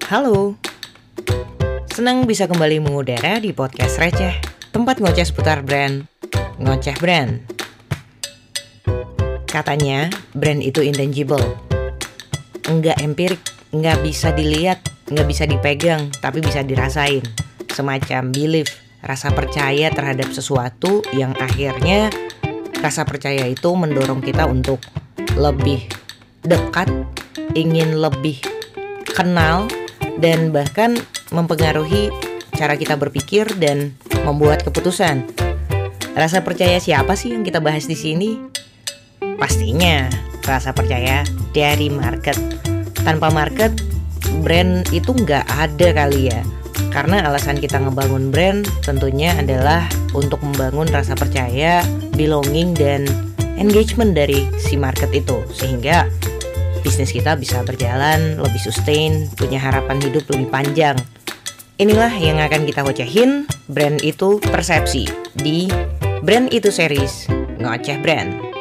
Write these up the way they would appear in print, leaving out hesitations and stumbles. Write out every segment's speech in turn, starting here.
Halo, senang bisa kembali mengudara di podcast Receh, tempat ngoceh seputar brand, ngoceh brand. Katanya, brand itu intangible, enggak empirik, enggak bisa dilihat, enggak bisa dipegang, tapi bisa dirasain. Semacam belief, rasa percaya terhadap sesuatu yang akhirnya rasa percaya itu mendorong kita untuk lebih dekat, ingin lebih kenal, dan bahkan mempengaruhi cara kita berpikir dan membuat keputusan. Rasa percaya siapa sih yang kita bahas di sini? Pastinya rasa percaya dari market. Tanpa market, brand itu nggak ada kali ya. Karena alasan kita ngebangun brand tentunya adalah untuk membangun rasa percaya, belonging, dan engagement dari si market itu. Sehingga bisnis kita bisa berjalan lebih sustain, punya harapan hidup lebih panjang. Inilah yang akan kita ocehin, brand itu persepsi, di Brand Itu Series, Ngoceh Brand.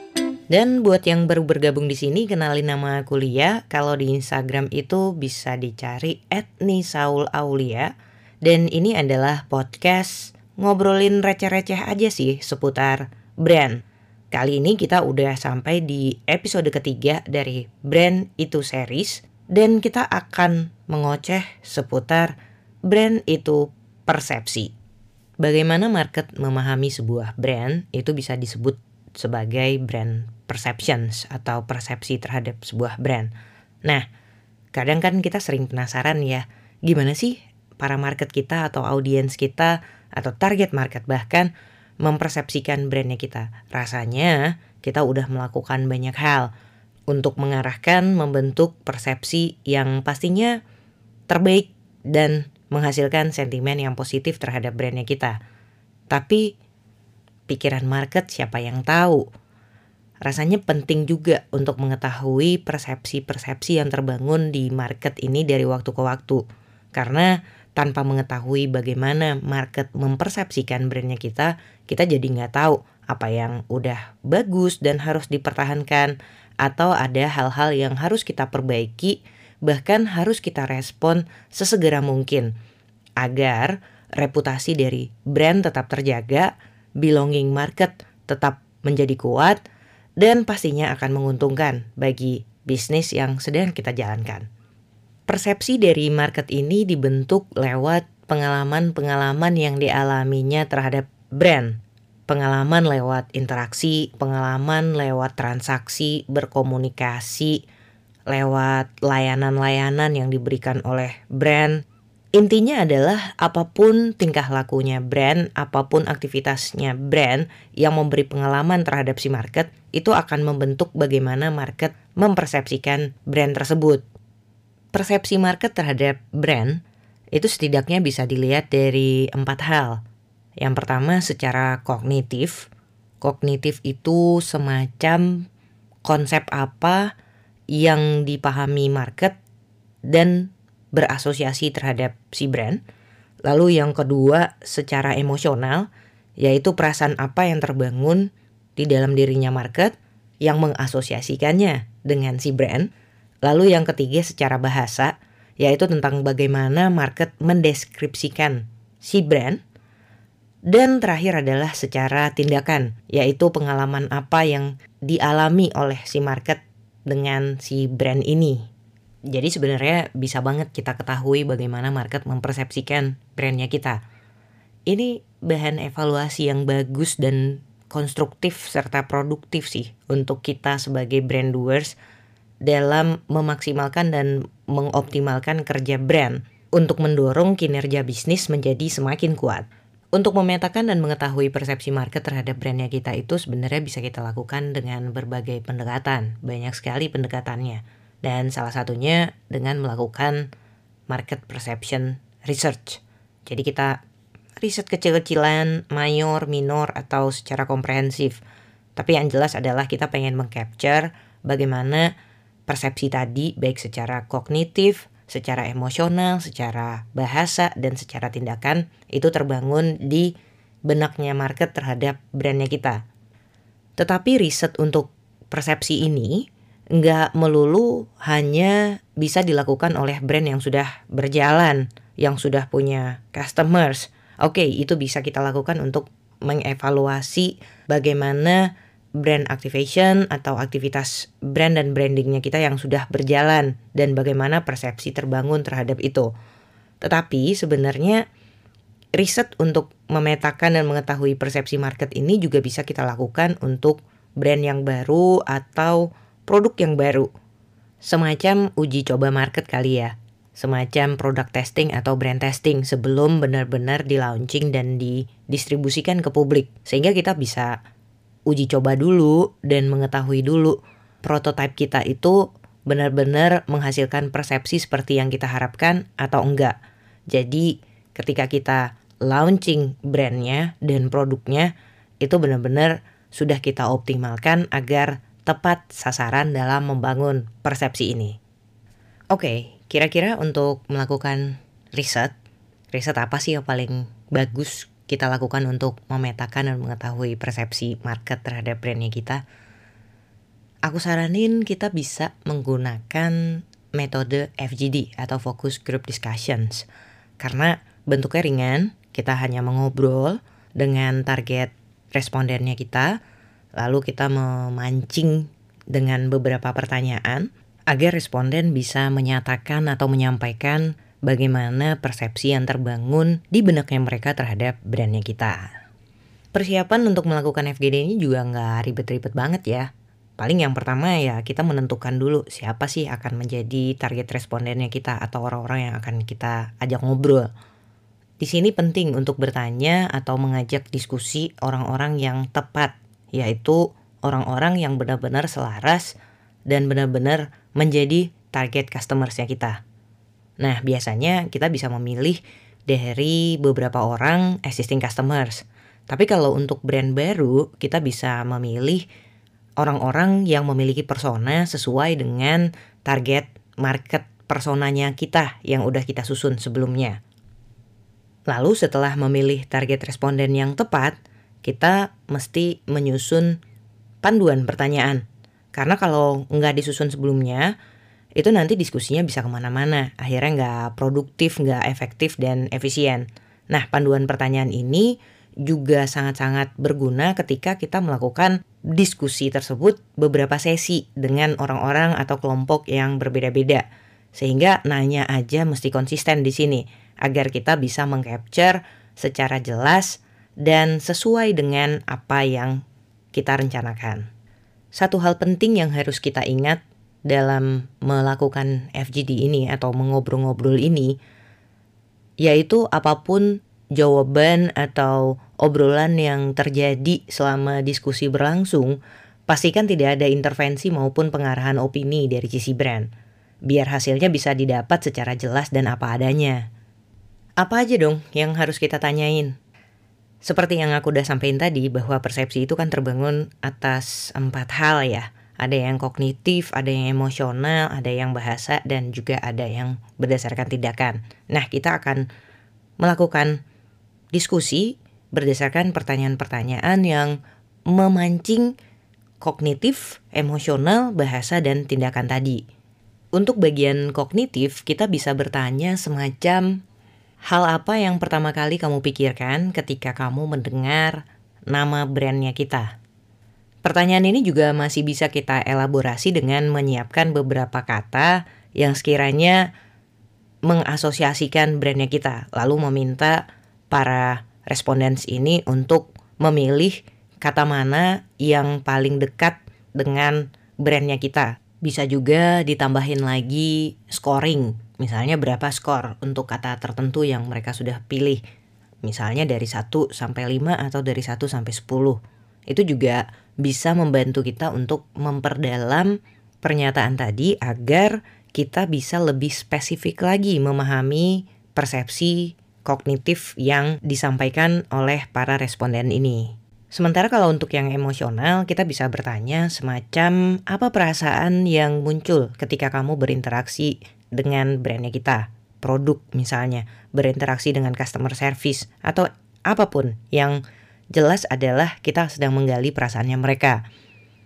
Dan buat yang baru bergabung di sini, kenalin nama aku Lia. Kalau di Instagram itu bisa dicari @nisaulaulia. Dan ini adalah podcast ngobrolin receh-receh aja sih seputar brand. Kali ini kita udah sampai di episode ketiga dari Brand Itu Series. Dan kita akan mengoceh seputar brand itu persepsi. Bagaimana market memahami sebuah brand itu bisa disebut sebagai brand perceptions atau persepsi terhadap sebuah brand. Nah, kadang kan kita sering penasaran ya, gimana sih para market kita atau audiens kita atau target market bahkan mempersepsikan brandnya kita. Rasanya kita udah melakukan banyak hal untuk mengarahkan, membentuk persepsi yang pastinya terbaik dan menghasilkan sentimen yang positif terhadap brandnya kita. Tapi pikiran market siapa yang tahu? Rasanya penting juga untuk mengetahui persepsi-persepsi yang terbangun di market ini dari waktu ke waktu. Karena tanpa mengetahui bagaimana market mempersepsikan brandnya kita jadi nggak tahu apa yang udah bagus dan harus dipertahankan, atau ada hal-hal yang harus kita perbaiki, bahkan harus kita respon sesegera mungkin agar reputasi dari brand tetap terjaga, belonging market tetap menjadi kuat, dan pastinya akan menguntungkan bagi bisnis yang sedang kita jalankan. Persepsi dari market ini dibentuk lewat pengalaman-pengalaman yang dialaminya terhadap brand. Pengalaman lewat interaksi, pengalaman lewat transaksi, berkomunikasi, lewat layanan-layanan yang diberikan oleh brand. Intinya adalah apapun tingkah lakunya brand, apapun aktivitasnya brand yang memberi pengalaman terhadap si market, itu akan membentuk bagaimana market mempersepsikan brand tersebut. Persepsi market terhadap brand itu setidaknya bisa dilihat dari 4 hal. Yang pertama secara kognitif. Kognitif itu semacam konsep apa yang dipahami market dan berasosiasi terhadap si brand. Lalu yang kedua secara emosional, yaitu perasaan apa yang terbangun di dalam dirinya market yang mengasosiasikannya dengan si brand. Lalu yang ketiga secara bahasa, yaitu tentang bagaimana market mendeskripsikan si brand. Dan terakhir adalah secara tindakan, yaitu pengalaman apa yang dialami oleh si market dengan si brand ini. Jadi sebenarnya bisa banget kita ketahui bagaimana market mempersepsikan brandnya kita. Ini bahan evaluasi yang bagus dan konstruktif serta produktif sih untuk kita sebagai brand doers dalam memaksimalkan dan mengoptimalkan kerja brand untuk mendorong kinerja bisnis menjadi semakin kuat. Untuk memetakan dan mengetahui persepsi market terhadap brandnya kita itu sebenarnya bisa kita lakukan dengan berbagai pendekatan. Banyak sekali pendekatannya. Dan salah satunya dengan melakukan market perception research. Jadi kita riset kecil-kecilan, mayor, minor, atau secara komprehensif. Tapi yang jelas adalah kita pengen mengcapture bagaimana persepsi tadi baik secara kognitif, secara emosional, secara bahasa, dan secara tindakan itu terbangun di benaknya market terhadap brandnya kita. Tetapi riset untuk persepsi ini nggak melulu hanya bisa dilakukan oleh brand yang sudah berjalan, yang sudah punya customers. Oke, itu bisa kita lakukan untuk mengevaluasi bagaimana brand activation atau aktivitas brand dan brandingnya kita yang sudah berjalan dan bagaimana persepsi terbangun terhadap itu. Tetapi sebenarnya riset untuk memetakan dan mengetahui persepsi market ini juga bisa kita lakukan untuk brand yang baru atau produk yang baru. Semacam uji coba market kali ya. Semacam product testing atau brand testing sebelum benar-benar di-launching dan didistribusikan ke publik. Sehingga kita bisa uji coba dulu dan mengetahui dulu prototipe kita itu benar-benar menghasilkan persepsi seperti yang kita harapkan atau enggak. Jadi ketika kita launching brandnya dan produknya itu benar-benar sudah kita optimalkan agar tepat sasaran dalam membangun persepsi ini. Oke, kira-kira untuk melakukan riset apa sih yang paling bagus kita lakukan untuk memetakan dan mengetahui persepsi market terhadap brandnya kita? Aku saranin kita bisa menggunakan metode FGD atau Focus Group Discussions. Karena bentuknya ringan, kita hanya mengobrol dengan target respondennya kita, lalu kita memancing dengan beberapa pertanyaan agar responden bisa menyatakan atau menyampaikan bagaimana persepsi yang terbangun di benaknya mereka terhadap brandnya kita. Persiapan untuk melakukan FGD ini juga nggak ribet-ribet banget ya. Paling yang pertama ya kita menentukan dulu siapa sih akan menjadi target respondennya kita atau orang-orang yang akan kita ajak ngobrol. Di sini penting untuk bertanya atau mengajak diskusi orang-orang yang tepat, yaitu orang-orang yang benar-benar selaras dan benar-benar menjadi target customersnya kita. Nah, biasanya kita bisa memilih dari beberapa orang existing customers. Tapi kalau untuk brand baru, kita bisa memilih orang-orang yang memiliki persona sesuai dengan target market personanya kita yang udah kita susun sebelumnya. Lalu setelah memilih target responden yang tepat, kita mesti menyusun panduan pertanyaan. Karena kalau nggak disusun sebelumnya, itu nanti diskusinya bisa kemana-mana. Akhirnya nggak produktif, nggak efektif, dan efisien. Nah, panduan pertanyaan ini juga sangat-sangat berguna ketika kita melakukan diskusi tersebut beberapa sesi dengan orang-orang atau kelompok yang berbeda-beda. Sehingga nanya aja mesti konsisten di sini, agar kita bisa meng-capture secara jelas dan sesuai dengan apa yang kita rencanakan. Satu hal penting yang harus kita ingat dalam melakukan FGD ini atau mengobrol-ngobrol ini, yaitu apapun jawaban atau obrolan yang terjadi selama diskusi berlangsung, pastikan tidak ada intervensi maupun pengarahan opini dari sisi brand, biar hasilnya bisa didapat secara jelas dan apa adanya. Apa aja dong yang harus kita tanyain? Seperti yang aku udah sampaikan tadi, bahwa persepsi itu kan terbangun atas 4 hal ya. Ada yang kognitif, ada yang emosional, ada yang bahasa, dan juga ada yang berdasarkan tindakan. Nah, kita akan melakukan diskusi berdasarkan pertanyaan-pertanyaan yang memancing kognitif, emosional, bahasa, dan tindakan tadi. Untuk bagian kognitif, kita bisa bertanya semacam, hal apa yang pertama kali kamu pikirkan ketika kamu mendengar nama brandnya kita? Pertanyaan ini juga masih bisa kita elaborasi dengan menyiapkan beberapa kata yang sekiranya mengasosiasikan brandnya kita, lalu meminta para respondents ini untuk memilih kata mana yang paling dekat dengan brandnya kita. Bisa juga ditambahin lagi scoring, misalnya berapa skor untuk kata tertentu yang mereka sudah pilih. Misalnya dari 1 sampai 5 atau dari 1 sampai 10. Itu juga bisa membantu kita untuk memperdalam pernyataan tadi agar kita bisa lebih spesifik lagi memahami persepsi kognitif yang disampaikan oleh para responden ini. Sementara kalau untuk yang emosional, kita bisa bertanya semacam apa perasaan yang muncul ketika kamu berinteraksi dengan brandnya kita, produk misalnya, berinteraksi dengan customer service, atau apapun yang jelas adalah kita sedang menggali perasaannya mereka.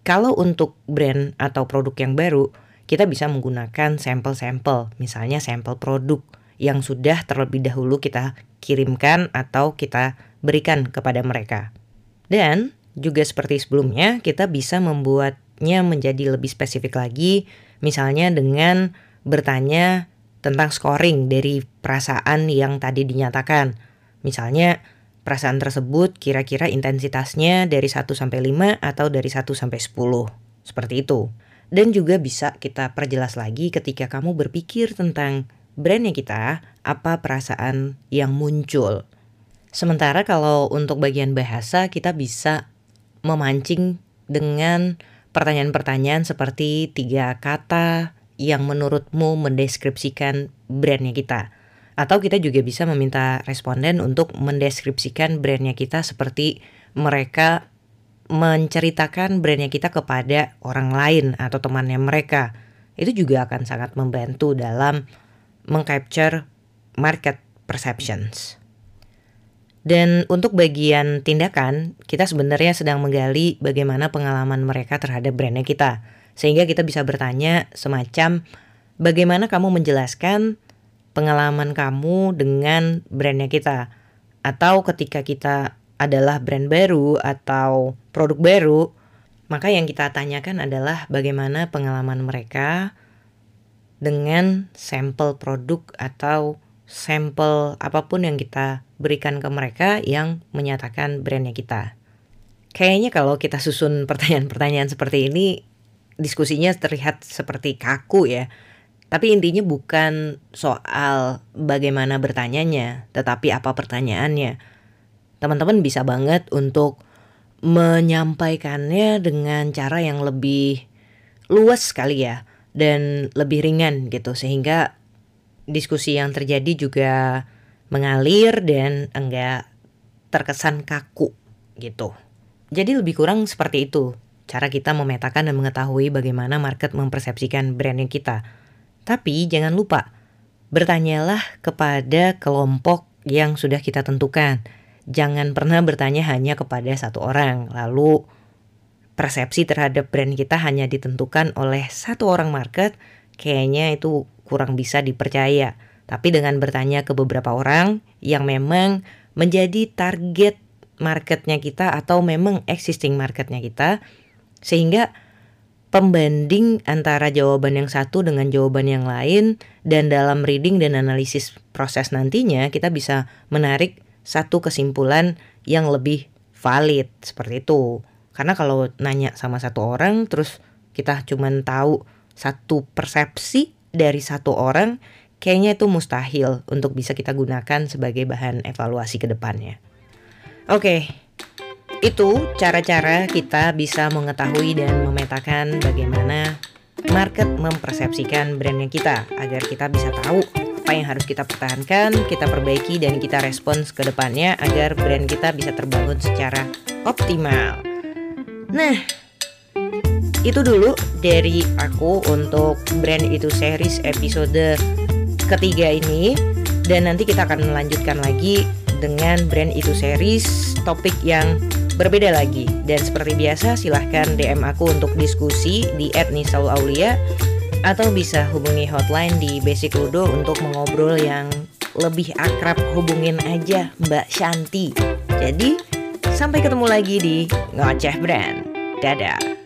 Kalau untuk brand atau produk yang baru, kita bisa menggunakan sampel-sampel, misalnya sampel produk yang sudah terlebih dahulu kita kirimkan atau kita berikan kepada mereka. Dan juga seperti sebelumnya, kita bisa membuatnya menjadi lebih spesifik lagi, misalnya dengan bertanya tentang scoring dari perasaan yang tadi dinyatakan. Misalnya, perasaan tersebut kira-kira intensitasnya dari 1 sampai 5 atau dari 1 sampai 10. Seperti itu. Dan juga bisa kita perjelas lagi ketika kamu berpikir tentang brandnya kita, apa perasaan yang muncul. Sementara kalau untuk bagian bahasa, kita bisa memancing dengan pertanyaan-pertanyaan seperti 3 kata yang menurutmu mendeskripsikan brandnya kita. Atau kita juga bisa meminta responden untuk mendeskripsikan brandnya kita seperti mereka menceritakan brandnya kita kepada orang lain atau temannya mereka. Itu juga akan sangat membantu dalam mengcapture market perceptions. Dan untuk bagian tindakan, kita sebenarnya sedang menggali bagaimana pengalaman mereka terhadap brandnya kita. Sehingga kita bisa bertanya semacam, bagaimana kamu menjelaskan pengalaman kamu dengan brandnya kita. Atau ketika kita adalah brand baru atau produk baru, maka yang kita tanyakan adalah bagaimana pengalaman mereka dengan sampel produk atau sampel apapun yang kita berikan ke mereka yang menyatakan brandnya kita. Kayaknya kalau kita susun pertanyaan-pertanyaan seperti ini, diskusinya terlihat seperti kaku ya. Tapi intinya bukan soal bagaimana bertanyanya, tetapi apa pertanyaannya. Teman-teman bisa banget untuk menyampaikannya dengan cara yang lebih luas sekali ya, dan lebih ringan gitu, sehingga diskusi yang terjadi juga mengalir dan enggak terkesan kaku gitu. Jadi lebih kurang seperti itu cara kita memetakan dan mengetahui bagaimana market mempersepsikan brandnya kita. Tapi jangan lupa, bertanyalah kepada kelompok yang sudah kita tentukan. Jangan pernah bertanya hanya kepada satu orang, lalu persepsi terhadap brand kita hanya ditentukan oleh satu orang market, kayaknya itu kurang bisa dipercaya. Tapi dengan bertanya ke beberapa orang yang memang menjadi target marketnya kita atau memang existing marketnya kita, sehingga pembanding antara jawaban yang satu dengan jawaban yang lain, dan dalam reading dan analisis proses nantinya kita bisa menarik satu kesimpulan yang lebih valid seperti itu. Karena kalau nanya sama satu orang terus kita cuma tahu satu persepsi dari satu orang, kayaknya itu mustahil untuk bisa kita gunakan sebagai bahan evaluasi ke depannya. Oke. Itu cara-cara kita bisa mengetahui dan memetakan bagaimana market mempersepsikan brandnya kita, agar kita bisa tahu apa yang harus kita pertahankan, kita perbaiki, dan kita respons ke depannya agar brand kita bisa terbangun secara optimal. Nah, itu dulu dari aku untuk Brand Itu Series episode ketiga ini. Dan nanti kita akan melanjutkan lagi dengan Brand Itu Series topik yang berbeda lagi. Dan seperti biasa silahkan DM aku untuk diskusi di @nisaulaulia, atau bisa hubungi hotline di Basic Ludo untuk mengobrol yang lebih akrab. Hubungin aja Mbak Shanti. Jadi sampai ketemu lagi di Ngoceh Brand. Dadah.